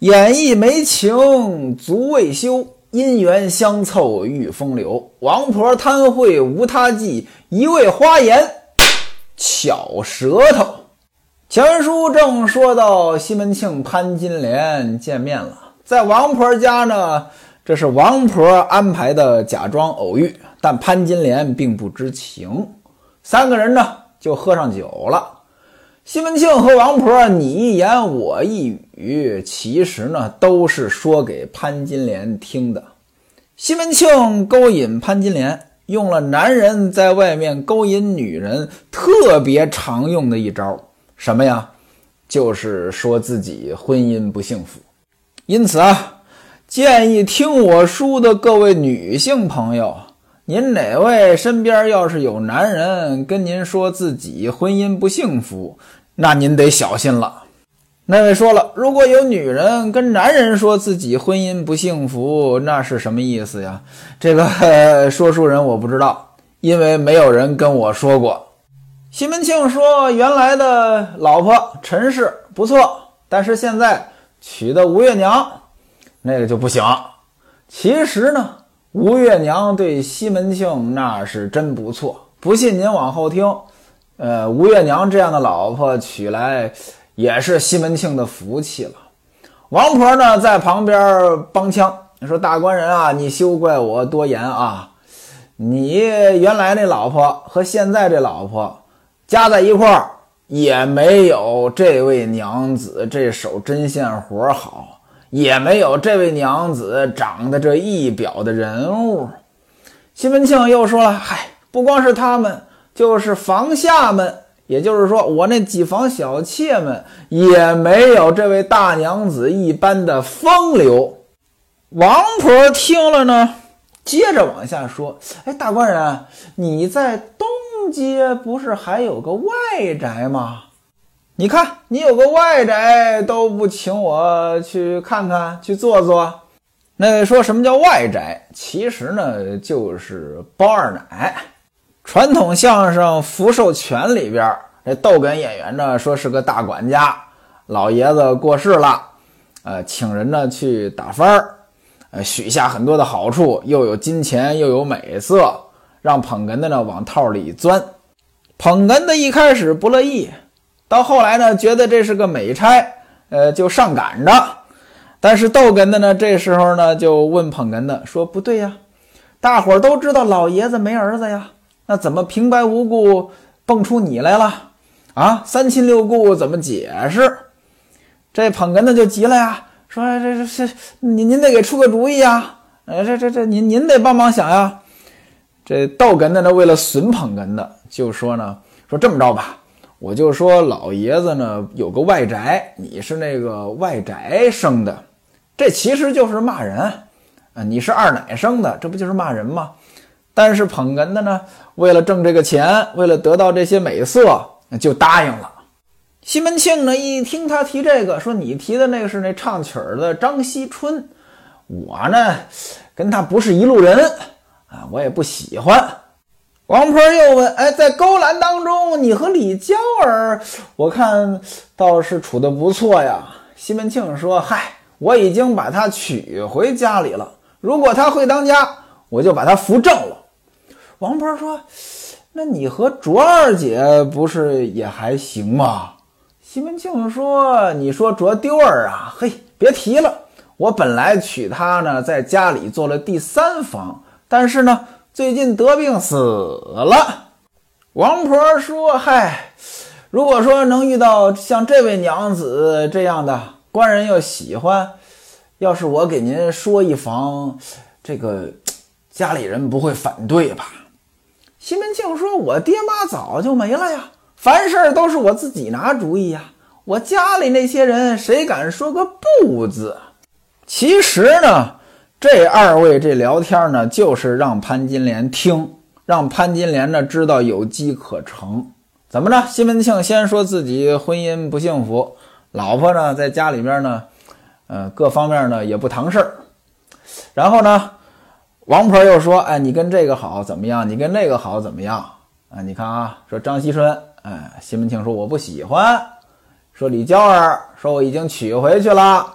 演绎没情足未休，姻缘相凑遇风流。王婆贪会无他计，一味花言巧舌头。前书正说到西门庆潘金莲见面了，在王婆家呢，这是王婆安排的假装偶遇，但潘金莲并不知情。三个人呢就喝上酒了。西门庆和王婆你一言我一语，其实呢都是说给潘金莲听的。西门庆勾引潘金莲，用了男人在外面勾引女人特别常用的一招，什么呀？就是说自己婚姻不幸福。因此啊，建议听我书的各位女性朋友，您哪位身边要是有男人跟您说自己婚姻不幸福，那您得小心了。那位说了，如果有女人跟男人说自己婚姻不幸福，那是什么意思呀？这个说书人我不知道，因为没有人跟我说过。西门庆说，原来的老婆陈氏不错，但是现在娶的吴月娘那个就不行。其实呢，吴月娘对西门庆那是真不错，不信您往后听。吴月娘这样的老婆娶来也是西门庆的福气了。王婆呢在旁边帮腔，说大官人啊，你休怪我多言啊，你原来那老婆和现在这老婆加在一块儿也没有这位娘子这手针线活好，也没有这位娘子长得这一表的人物。西门庆又说了，嗨，不光是他们，就是房下们，也就是说我那几房小妾们也没有这位大娘子一般的风流。王婆听了呢，接着往下说，大官人，你在东街不是还有个外宅吗？你看你有个外宅都不请我去看看去坐坐。那位说什么叫外宅？其实呢就是包二奶。传统相声《福寿全》里边，这逗哏演员呢说是个大管家，老爷子过世了，请人呢去打幡儿，许下很多的好处，又有金钱又有美色，让捧哏的呢往套里钻。捧哏的一开始不乐意，到后来呢觉得这是个美差，就上赶着。但是逗哏的呢这时候呢就问捧哏的说，不对呀，大伙儿都知道老爷子没儿子呀，那怎么平白无故蹦出你来了啊？三亲六故怎么解释？这捧哏的就急了呀，说这您得给出个主意呀，这您得帮忙想呀。这逗哏的呢为了损捧哏的就说呢，说这么着吧，我就说老爷子呢有个外宅，你是那个外宅生的，这其实就是骂人你是二奶生的，这不就是骂人吗？但是捧哏的呢为了挣这个钱，为了得到这些美色，就答应了。西门庆呢一听他提这个，说你提的那个是那唱曲的张锡春，我呢跟他不是一路人我也不喜欢。王婆又问，在勾栏当中你和李娇儿我看倒是处得不错呀。西门庆说，嗨，我已经把她娶回家里了，如果她会当家，我就把她扶正了。王婆说，那你和卓二姐不是也还行吗？西门庆说，你说卓丢儿啊，嘿，别提了，我本来娶她呢在家里做了第三房，但是呢最近得病死了。王婆说，嗨，如果说能遇到像这位娘子这样的，官人又喜欢，要是我给您说一房，这个家里人不会反对吧？西门庆说，我爹妈早就没了呀，凡事都是我自己拿主意呀，我家里那些人谁敢说个不字？其实呢这二位这聊天呢就是让潘金莲听，让潘金莲呢知道有机可乘。怎么着？西门庆先说自己婚姻不幸福，老婆呢在家里边呢各方面呢也不堂事儿。然后呢王婆又说，你跟这个好怎么样，你跟那个好怎么样你看啊，说张锡春，西门庆说我不喜欢，说李娇儿说我已经娶回去了，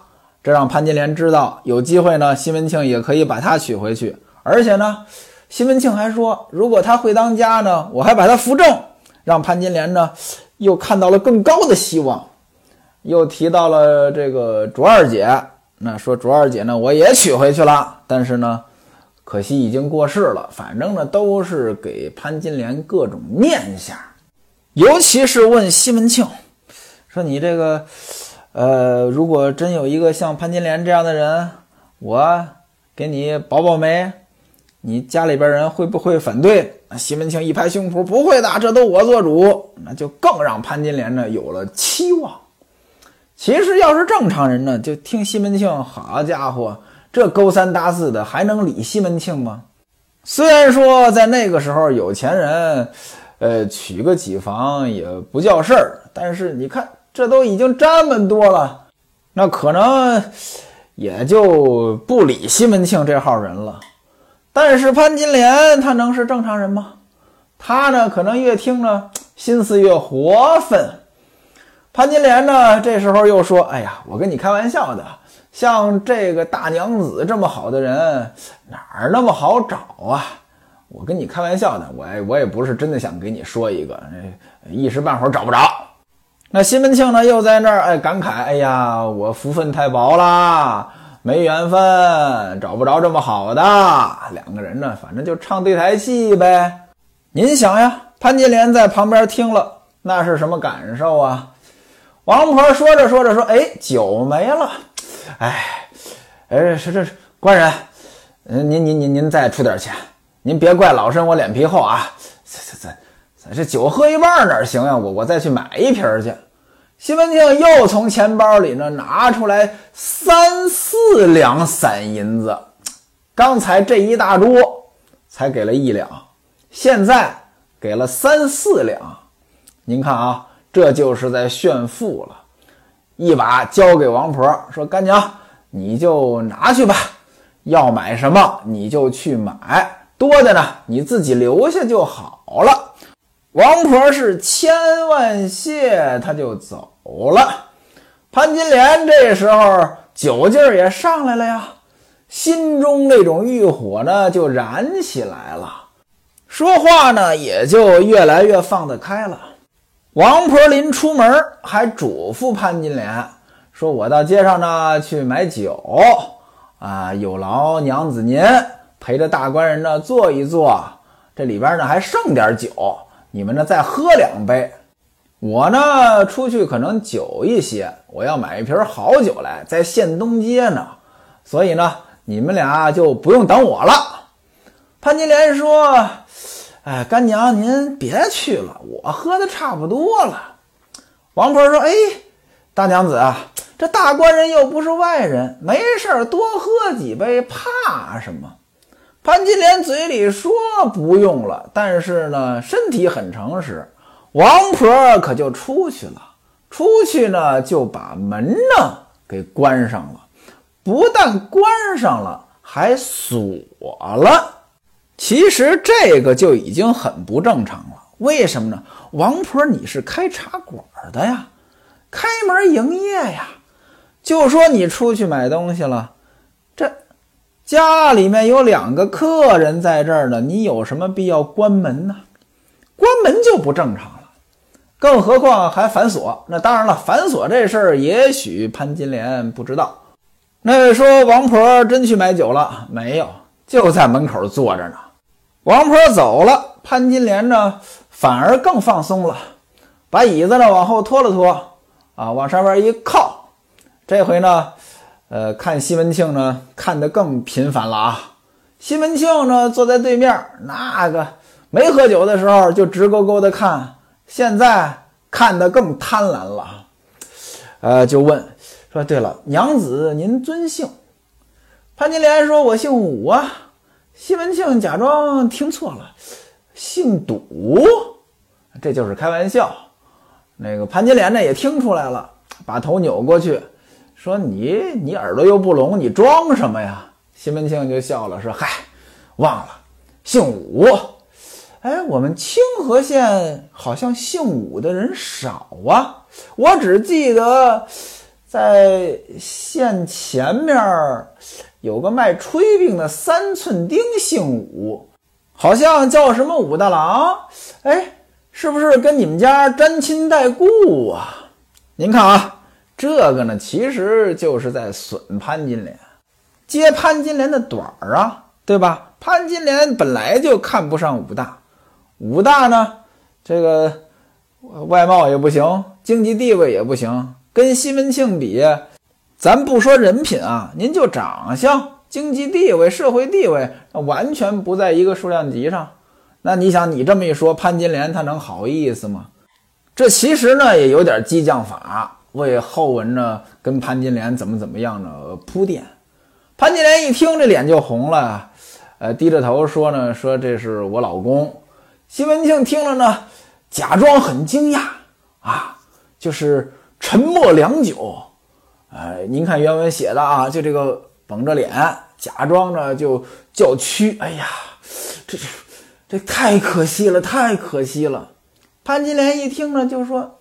这让潘金莲知道有机会呢，西门庆也可以把他娶回去。而且呢，西门庆还说，如果他会当家呢，我还把他扶正，让潘金莲呢又看到了更高的希望。又提到了这个卓二姐，那说卓二姐呢我也娶回去了，但是呢可惜已经过世了。反正呢都是给潘金莲各种念想。尤其是问西门庆说，你这个如果真有一个像潘金莲这样的人，我给你保保媒，你家里边人会不会反对？西门庆一拍胸脯，不会的，这都我做主。那就更让潘金莲呢有了期望。其实要是正常人呢，就听西门庆，好家伙，这勾三搭四的还能理西门庆吗？虽然说在那个时候有钱人娶个几房也不叫事儿，但是你看这都已经这么多了，那可能也就不理西门庆这号人了。但是潘金莲她能是正常人吗？她呢可能越听呢心思越活泛。潘金莲呢这时候又说，哎呀，我跟你开玩笑的，像这个大娘子这么好的人哪儿那么好找啊，我跟你开玩笑的，我也不是真的想给你说一个，一时半会儿找不着。那西门庆呢又在那儿感慨，哎呀，我福分太薄啦，没缘分，找不着这么好的。两个人呢反正就唱对台戏呗。您想呀，潘金莲在旁边听了那是什么感受啊？王婆说着说着说，酒没了。是官人，您再出点钱，您别怪老身我脸皮厚啊。这酒喝一半哪行啊？我再去买一瓶去。西门庆又从钱包里呢拿出来3、4两散银子，刚才这一大桌才给了1两，现在给了3、4两。您看啊，这就是在炫富了。一把交给王婆，说干娘你就拿去吧，要买什么你就去买，多的呢你自己留下就好了。王婆是千万谢，他就走了。潘金莲这时候酒劲儿也上来了呀，心中那种欲火呢就燃起来了，说话呢也就越来越放得开了。王婆临出门还嘱咐潘金莲说，我到街上呢去买酒啊，有劳娘子您陪着大官人呢坐一坐，这里边呢还剩点酒，你们呢再喝2杯。我呢出去可能久一些，我要买一瓶好酒来，在县东街呢，所以呢你们俩就不用等我了。潘金莲说，干娘您别去了，我喝的差不多了。王婆说，大娘子啊，这大官人又不是外人，没事多喝几杯怕什么？潘金莲嘴里说不用了，但是呢身体很诚实。王婆可就出去了，出去呢就把门呢给关上了，不但关上了还锁了。其实这个就已经很不正常了，为什么呢？王婆你是开茶馆的呀，开门营业呀，就说你出去买东西了，这家里面有2个客人在这儿呢，你有什么必要关门呢？关门就不正常了，更何况还反锁。那当然了，反锁这事儿也许潘金莲不知道。那说王婆真去买酒了没有？就在门口坐着呢。王婆走了，潘金莲呢反而更放松了，把椅子呢往后拖了拖啊，往上面一靠。这回呢看西门庆呢看得更频繁了啊。西门庆呢坐在对面，那个没喝酒的时候就直勾勾的看，现在看得更贪婪了。就问说，对了，娘子您尊姓？潘金莲说，我姓武啊。西门庆假装听错了，姓赌，这就是开玩笑。那个潘金莲呢也听出来了，把头扭过去说，你耳朵又不聋，你装什么呀？西门庆就笑了，说，嗨，忘了，姓武。我们清河县好像姓武的人少啊，我只记得在县前面有个卖炊饼的3寸丁姓武，好像叫什么武大郎，是不是跟你们家沾亲带故啊？您看啊，这个呢其实就是在损潘金莲，揭潘金莲的短啊，对吧？潘金莲本来就看不上武大，武大呢这个外貌也不行，经济地位也不行，跟西门庆比，咱不说人品啊，您就长相、经济地位、社会地位完全不在一个数量级上。那你想，你这么一说，潘金莲她能好意思吗？这其实呢也有点激将法，为后文呢跟潘金莲怎么样呢铺垫。潘金莲一听这脸就红了，低着头说呢，说这是我老公。西门庆听了呢，假装很惊讶啊，就是沉默良久。您看原文写的啊，就这个绷着脸，假装着就叫屈。哎呀，这太可惜了，太可惜了。潘金莲一听呢，就说：“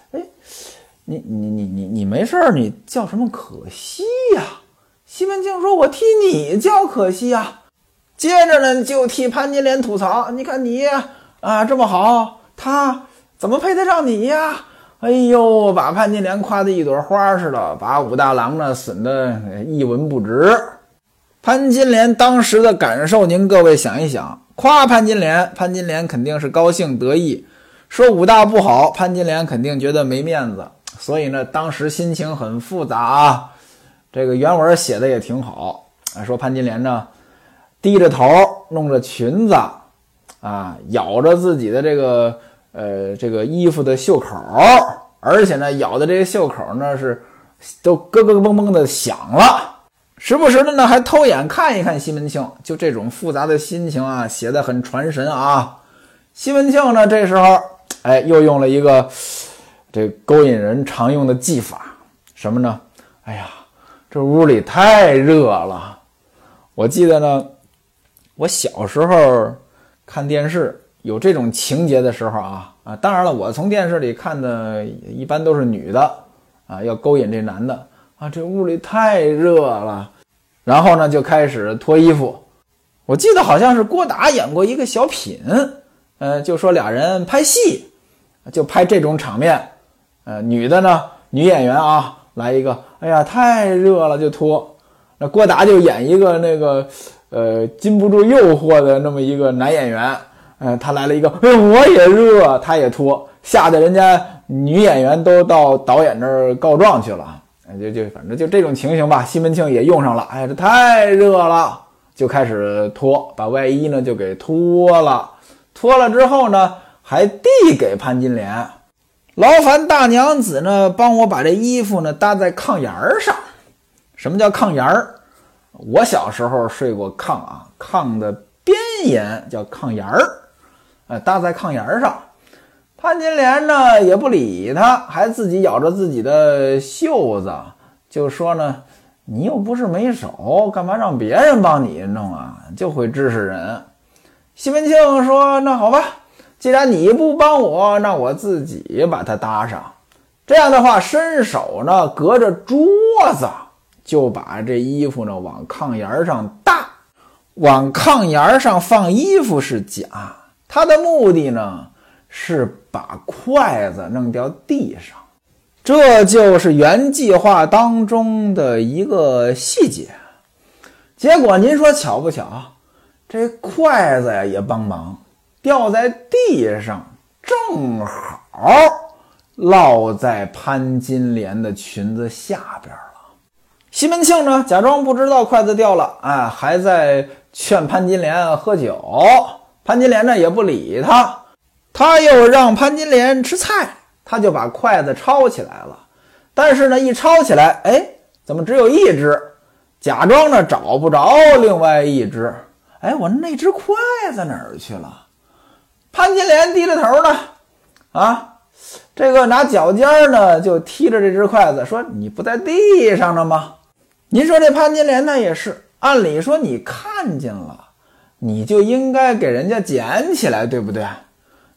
你没事儿，你叫什么可惜呀？”西门庆说：“我替你叫可惜呀。”接着呢，就替潘金莲吐槽：“你看你啊这么好，他怎么配得上你呀？”哎呦，把潘金莲夸得一朵花似的，把武大郎呢损得一文不值。潘金莲当时的感受，您各位想一想，夸潘金莲，潘金莲肯定是高兴得意；说武大不好，潘金莲肯定觉得没面子。所以呢，当时心情很复杂啊。这个原文写的也挺好，说潘金莲呢低着头，弄着裙子啊，咬着自己的这个衣服的袖口，而且呢咬的这个袖口呢是都咯咯嘣嘣的响了，时不时的呢还偷眼看一看西门庆。就这种复杂的心情啊，写得很传神啊。西门庆呢这时候又用了一个这勾引人常用的技法，什么呢？哎呀，这屋里太热了。我记得呢，我小时候看电视有这种情节的时候啊，当然了，我从电视里看的一般都是女的啊，要勾引这男的啊，这屋里太热了，然后呢就开始脱衣服。我记得好像是郭达演过一个小品，就说俩人拍戏，就拍这种场面，女的呢，女演员啊，来一个，哎呀太热了就脱，那郭达就演一个那个禁不住诱惑的那么一个男演员。他来了一个，我也热，他也脱，吓得人家女演员都到导演那儿告状去了。反正就这种情形吧，西门庆也用上了。这太热了，就开始脱，把外衣呢就给脱了。脱了之后呢，还递给潘金莲，劳烦大娘子呢帮我把这衣服呢搭在炕沿上。什么叫炕沿？我小时候睡过炕啊，炕的边沿叫炕沿搭在炕沿上。潘金莲呢也不理他，还自己咬着自己的袖子，就说呢，你又不是没手，干嘛让别人帮你弄啊，就会指使人。西门庆说，那好吧，既然你不帮我，那我自己把它搭上。这样的话，伸手呢隔着桌子就把这衣服呢往炕沿上搭。往炕沿上放衣服是假，他的目的呢是把筷子弄掉地上。这就是原计划当中的一个细节。结果您说巧不巧，这筷子呀也帮忙，掉在地上，正好落在潘金莲的裙子下边了。西门庆呢假装不知道筷子掉了，还在劝潘金莲喝酒。潘金莲呢也不理他，他又让潘金莲吃菜，他就把筷子抄起来了。但是呢一抄起来，怎么只有一只？假装呢找不着另外一只。我那只筷子哪儿去了？潘金莲低着头呢，这个拿脚尖呢就踢着这只筷子，说你不在地上呢吗？您说这潘金莲呢也是，按理说你看见了，你就应该给人家捡起来，对不对？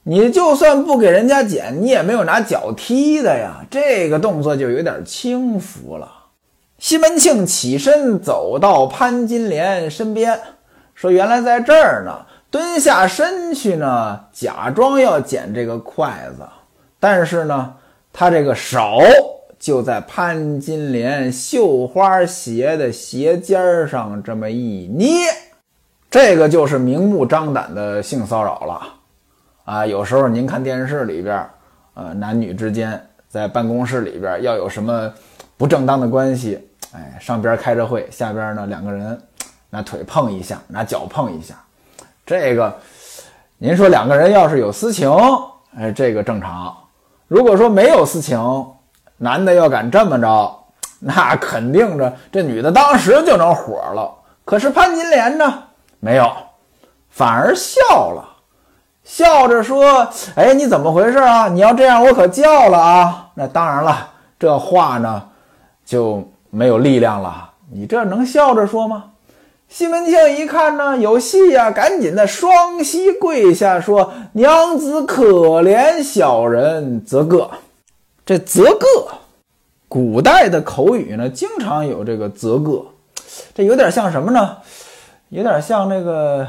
你就算不给人家剪，你也没有拿脚踢的呀，这个动作就有点轻浮了。西门庆起身走到潘金莲身边，说原来在这儿呢，蹲下身去呢，假装要捡这个筷子，但是呢他这个手就在潘金莲绣花鞋的鞋尖上这么一捏，这个就是明目张胆的性骚扰了啊！有时候您看电视里边男女之间在办公室里边要有什么不正当的关系，上边开着会，下边呢两个人拿腿碰一下，拿脚碰一下，这个您说两个人要是有私情，这个正常。如果说没有私情，男的要敢这么着，那肯定着这女的当时就能火了。可是潘金莲呢，没有，反而笑了，笑着说：“你怎么回事啊？你要这样我可叫了啊！”那当然了，这话呢就没有力量了。你这能笑着说吗？西门庆一看呢有戏呀，赶紧的双膝跪下说：“娘子可怜小人则个。”这则个，古代的口语呢经常有这个则个，这有点像什么呢？有点像那个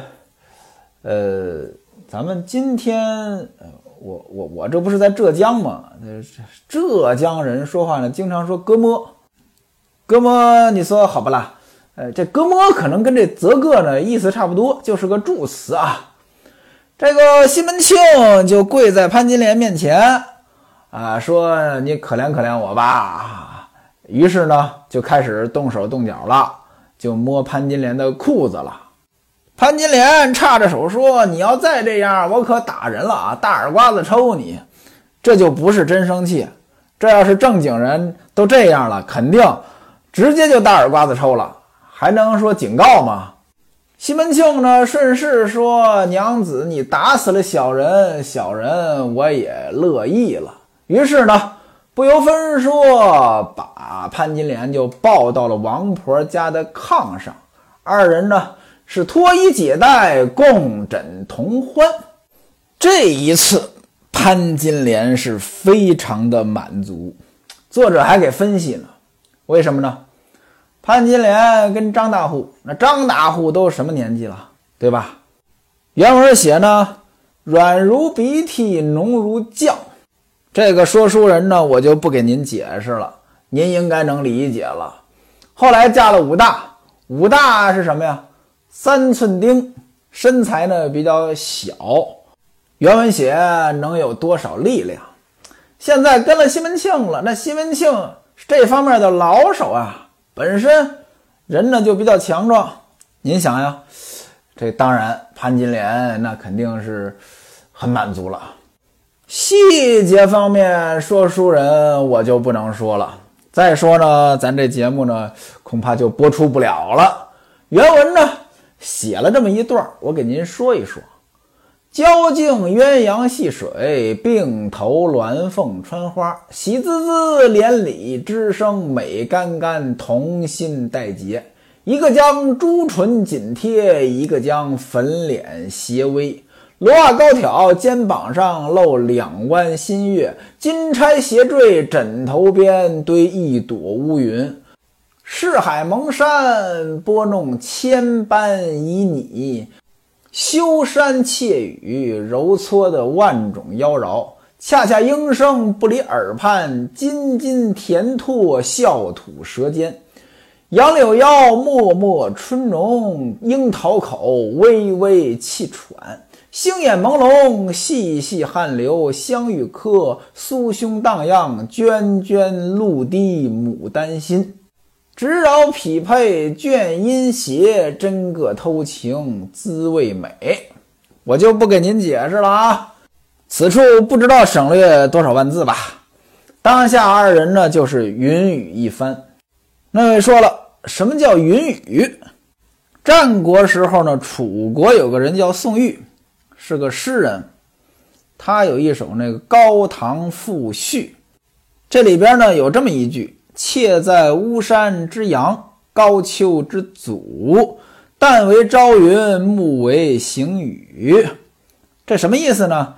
咱们今天我这不是在浙江吗？浙江人说话呢经常说哥么哥么，你说好不啦？这哥么可能跟这则个呢意思差不多，就是个助词啊。这个西门庆就跪在潘金莲面前说你可怜可怜我吧。于是呢就开始动手动脚了，就摸潘金莲的裤子了。潘金莲叉着手说：“你要再这样，我可打人了啊，大耳刮子抽你。”这就不是真生气，这要是正经人都这样了，肯定直接就大耳刮子抽了，还能说警告吗？西门庆呢顺势说：“娘子你打死了小人，小人我也乐意了。”于是呢不由分说把潘金莲就抱到了王婆家的炕上，二人呢是脱衣解带，共枕同欢。这一次潘金莲是非常的满足，作者还给分析呢，为什么呢？潘金莲跟张大户，那张大户都什么年纪了，对吧？原文写呢，软如鼻涕，浓如酱。这个说书人呢，我就不给您解释了，您应该能理解了。后来嫁了武大，武大是什么呀？3寸丁，身材呢比较小，原文写能有多少力量？现在跟了西门庆了，那西门庆是这方面的老手啊，本身人呢就比较强壮。您想呀，这当然潘金莲那肯定是很满足了。细节方面说书人我就不能说了，再说呢咱这节目呢恐怕就播出不了了。原文呢写了这么一段，我给您说一说。交颈鸳鸯戏水，并头鸾凤穿花，喜滋滋连理枝生，美干干同心带结。一个将朱唇紧贴，一个将粉脸斜微。罗袜高挑，肩膀上露2弯新月，金钗斜坠枕头边，堆一朵乌云。世海蒙山，拨弄千般旖旎，修山窃语，揉搓的万种妖娆。恰恰莺声不离耳畔，津津甜唾，笑吐舌尖。杨柳腰，脉脉春浓，樱桃口，微微气喘。星眼朦胧，细细汗流，香玉柯，酥胸荡漾，涓涓露滴牡丹心。直扰匹配，倦音斜，真个偷情，滋味美。我就不给您解释了啊，此处不知道省略多少万字吧。当下二人呢就是云雨一番。那位说了，什么叫云雨？战国时候呢，楚国有个人叫宋玉，是个诗人，他有一首那个《高唐赋序》，这里边呢有这么一句：妾在巫山之阳，高丘之祖，但为朝云，暮为行雨。这什么意思呢？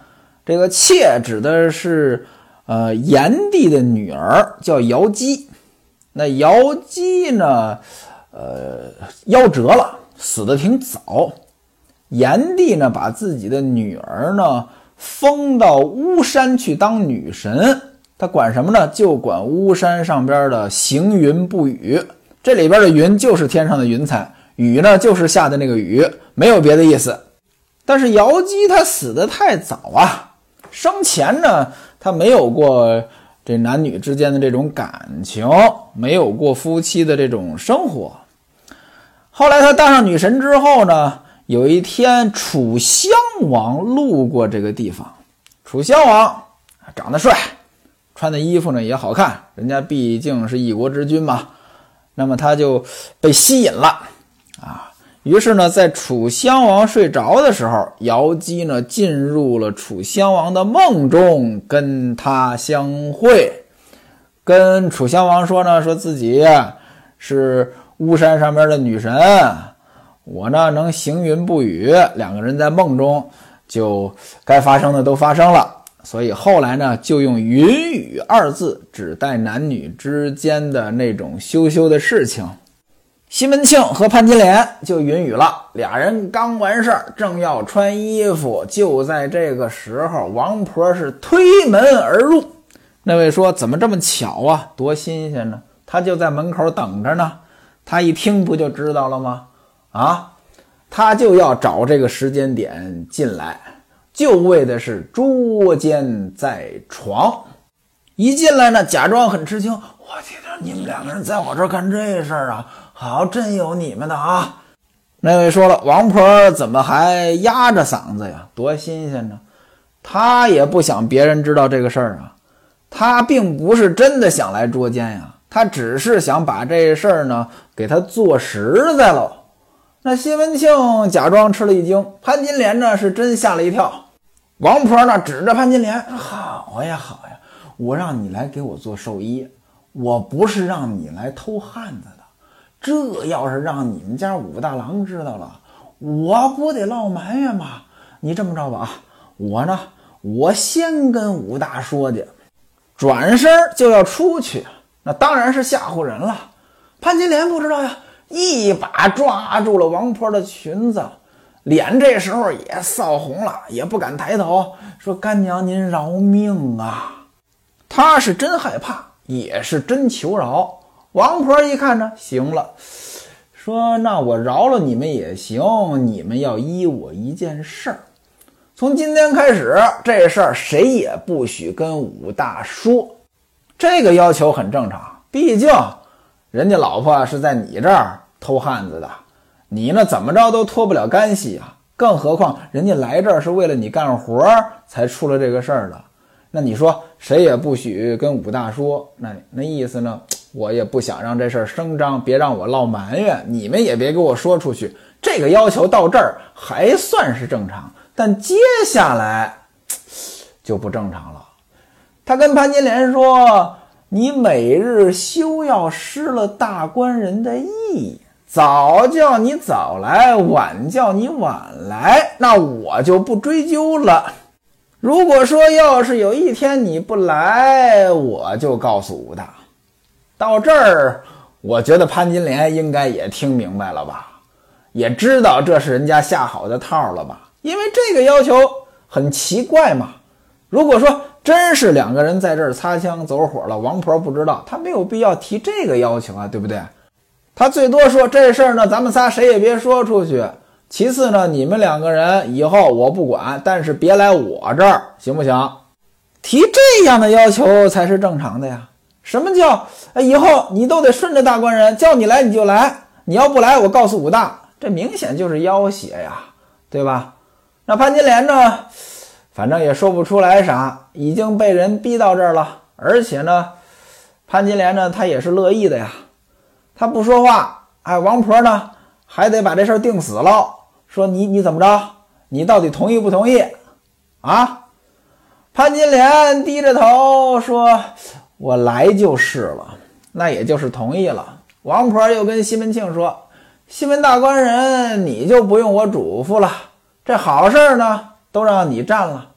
这个妾指的是炎帝的女儿，叫瑶姬。那瑶姬呢夭折了，死得挺早。炎帝呢把自己的女儿呢封到巫山去当女神，他管什么呢？就管巫山上边的行云布雨。这里边的云就是天上的云彩，雨呢就是下的那个雨，没有别的意思。但是瑶姬她死得太早啊，生前呢她没有过这男女之间的这种感情，没有过夫妻的这种生活。后来她当上女神之后呢，有一天楚襄王路过这个地方。楚襄王长得帅，穿的衣服呢也好看，人家毕竟是一国之君嘛，那么他就被吸引了啊。于是呢在楚襄王睡着的时候，瑶姬呢进入了楚襄王的梦中，跟他相会，跟楚襄王说呢，说自己是巫山上面的女神，我呢能行云布雨。两个人在梦中就该发生的都发生了，所以后来呢就用云雨二字指代男女之间的那种羞羞的事情。西门庆和潘金莲就云雨了，俩人刚完事儿，正要穿衣服，就在这个时候，王婆是推门而入。那位说怎么这么巧啊，多新鲜呢，他就在门口等着呢。他一听不就知道了吗？他就要找这个时间点进来，就为的是捉奸在床。一进来呢，假装很吃惊，我天哪，你们两个人在我这儿干这事儿啊，好，真有你们的啊。那位说了，王婆怎么还压着嗓子呀，多新鲜呢。他也不想别人知道这个事儿啊，他并不是真的想来捉奸呀，他只是想把这事儿呢给他做实在了。那西门庆假装吃了一惊，潘金莲呢是真吓了一跳。王婆呢指着潘金莲，好呀好呀，我让你来给我做寿衣，我不是让你来偷汉子的，这要是让你们家武大郎知道了，我不得落埋怨吗？你这么着吧，我先跟武大说去，转身就要出去，那当然是吓唬人了。潘金莲不知道呀，一把抓住了王婆的裙子，脸这时候也臊红了，也不敢抬头，说干娘您饶命啊。他是真害怕，也是真求饶。王婆一看呢，行了，说那我饶了你们也行，你们要依我一件事儿，从今天开始这事儿谁也不许跟武大说。这个要求很正常，毕竟人家老婆是在你这儿偷汉子的，你呢怎么着都脱不了干系啊，更何况人家来这儿是为了你干活才出了这个事儿的。那你说谁也不许跟武大说，那意思呢，我也不想让这事儿声张，别让我落埋怨，你们也别给我说出去。这个要求到这儿还算是正常，但接下来就不正常了。他跟潘金莲说，你每日休要失了大官人的意，早叫你早来，晚叫你晚来，那我就不追究了。如果说要是有一天你不来，我就告诉武大。到这儿我觉得潘金莲应该也听明白了吧，也知道这是人家下好的套了吧，因为这个要求很奇怪嘛。如果说真是两个人在这儿擦枪走火了，王婆不知道，他没有必要提这个要求啊，对不对？他最多说这事儿呢，咱们仨谁也别说出去。其次呢，你们两个人以后我不管，但是别来我这儿，行不行？提这样的要求才是正常的呀。什么叫以后你都得顺着大官人，叫你来你就来，你要不来我告诉武大，这明显就是要挟呀，对吧？那潘金莲呢，反正也说不出来啥，已经被人逼到这儿了，而且呢，潘金莲呢，她也是乐意的呀，她不说话，王婆呢还得把这事儿定死了，说你怎么着，你到底同意不同意啊？潘金莲低着头说，我来就是了，那也就是同意了。王婆又跟西门庆说，西门大官人，你就不用我嘱咐了，这好事呢都让你占了，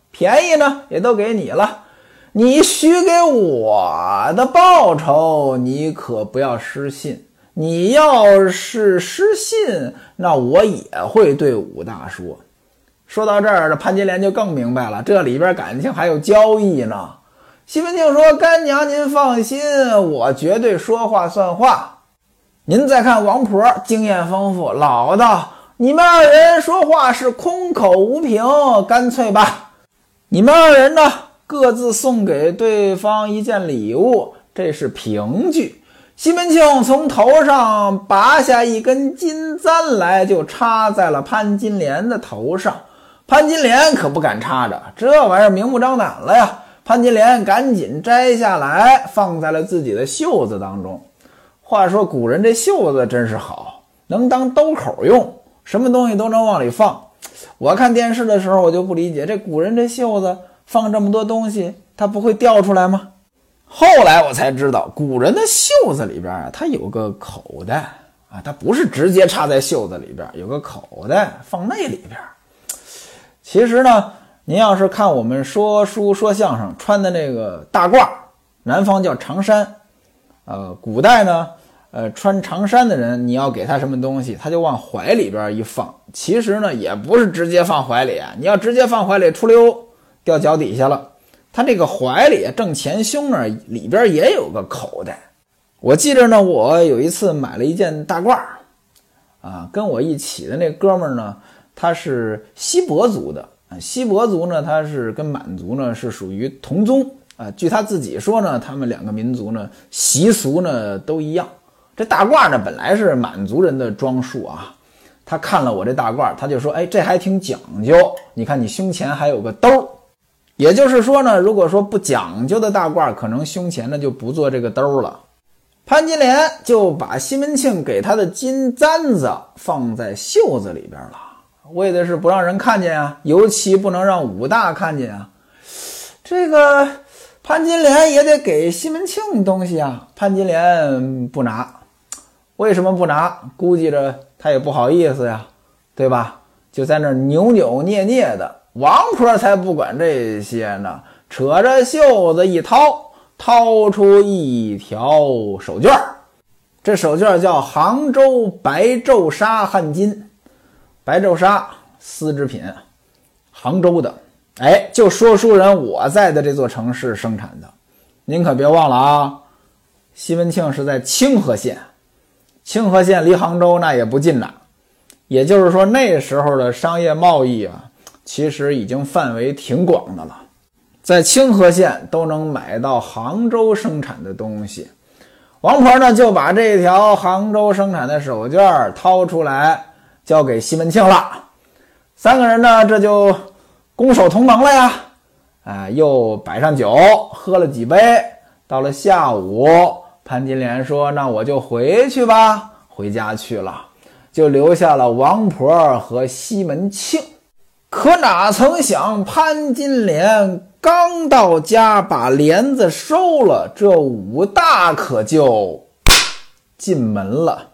便宜呢也都给你了，你许给我的报酬你可不要失信，你要是失信，那我也会对武大说。说到这儿，这潘金莲就更明白了，这里边感情还有交易呢。西门庆说，干娘您放心，我绝对说话算话。您再看王婆经验丰富，老道，你们二人说话是空口无凭，干脆吧，你们二人呢各自送给对方一件礼物，这是凭据。西门庆从头上拔下一根金簪来，就插在了潘金莲的头上。潘金莲可不敢插着，这玩意儿明目张胆了呀。潘金莲赶紧摘下来，放在了自己的袖子当中。话说古人这袖子真是好，能当兜口用，什么东西都能往里放。我看电视的时候我就不理解，这古人这袖子放这么多东西，它不会掉出来吗？后来我才知道，古人的袖子里边啊，它有个口袋啊，它不是直接插在袖子里边，有个口袋放那里边。其实呢，您要是看我们说书说相声穿的那个大褂，南方叫长衫，古代呢，穿长衫的人，你要给他什么东西，他就往怀里边一放。其实呢，也不是直接放怀里啊，你要直接放怀里，出溜掉脚底下了。他这个怀里正前胸那里边也有个口袋。我记着呢，我有一次买了一件大褂啊，跟我一起的那哥们儿呢，他是锡伯族的。锡伯族呢，他是跟满族呢是属于同宗啊。据他自己说呢，他们两个民族呢习俗呢都一样。这大褂呢本来是满族人的装束啊，他看了我这大褂，他就说：“哎，这还挺讲究。你看你胸前还有个兜。”也就是说呢，如果说不讲究的大褂，可能胸前呢就不做这个兜了。潘金莲就把西门庆给他的金簪子放在袖子里边了。为的是不让人看见啊，尤其不能让武大看见啊。这个潘金莲也得给西门庆东西啊，潘金莲不拿。为什么不拿？估计着他也不好意思呀，对吧？就在那儿扭扭捏捏的。王婆才不管这些呢，扯着袖子一掏，掏出一条手绢。这手绢叫杭州白昼纱汗巾。白昼纱丝织品，杭州的，就说书人我在的这座城市生产的。您可别忘了啊，西门庆是在清河县，清河县离杭州那也不近呐。也就是说那时候的商业贸易啊，其实已经范围挺广的了，在清河县都能买到杭州生产的东西。王婆呢就把这条杭州生产的手绢掏出来交给西门庆了。三个人呢这就攻守同盟了呀，又摆上酒喝了几杯。到了下午，潘金莲说：“那我就回去吧。”回家去了，就留下了王婆和西门庆。可哪曾想，潘金莲刚到家把帘子收了，这武大可就进门了。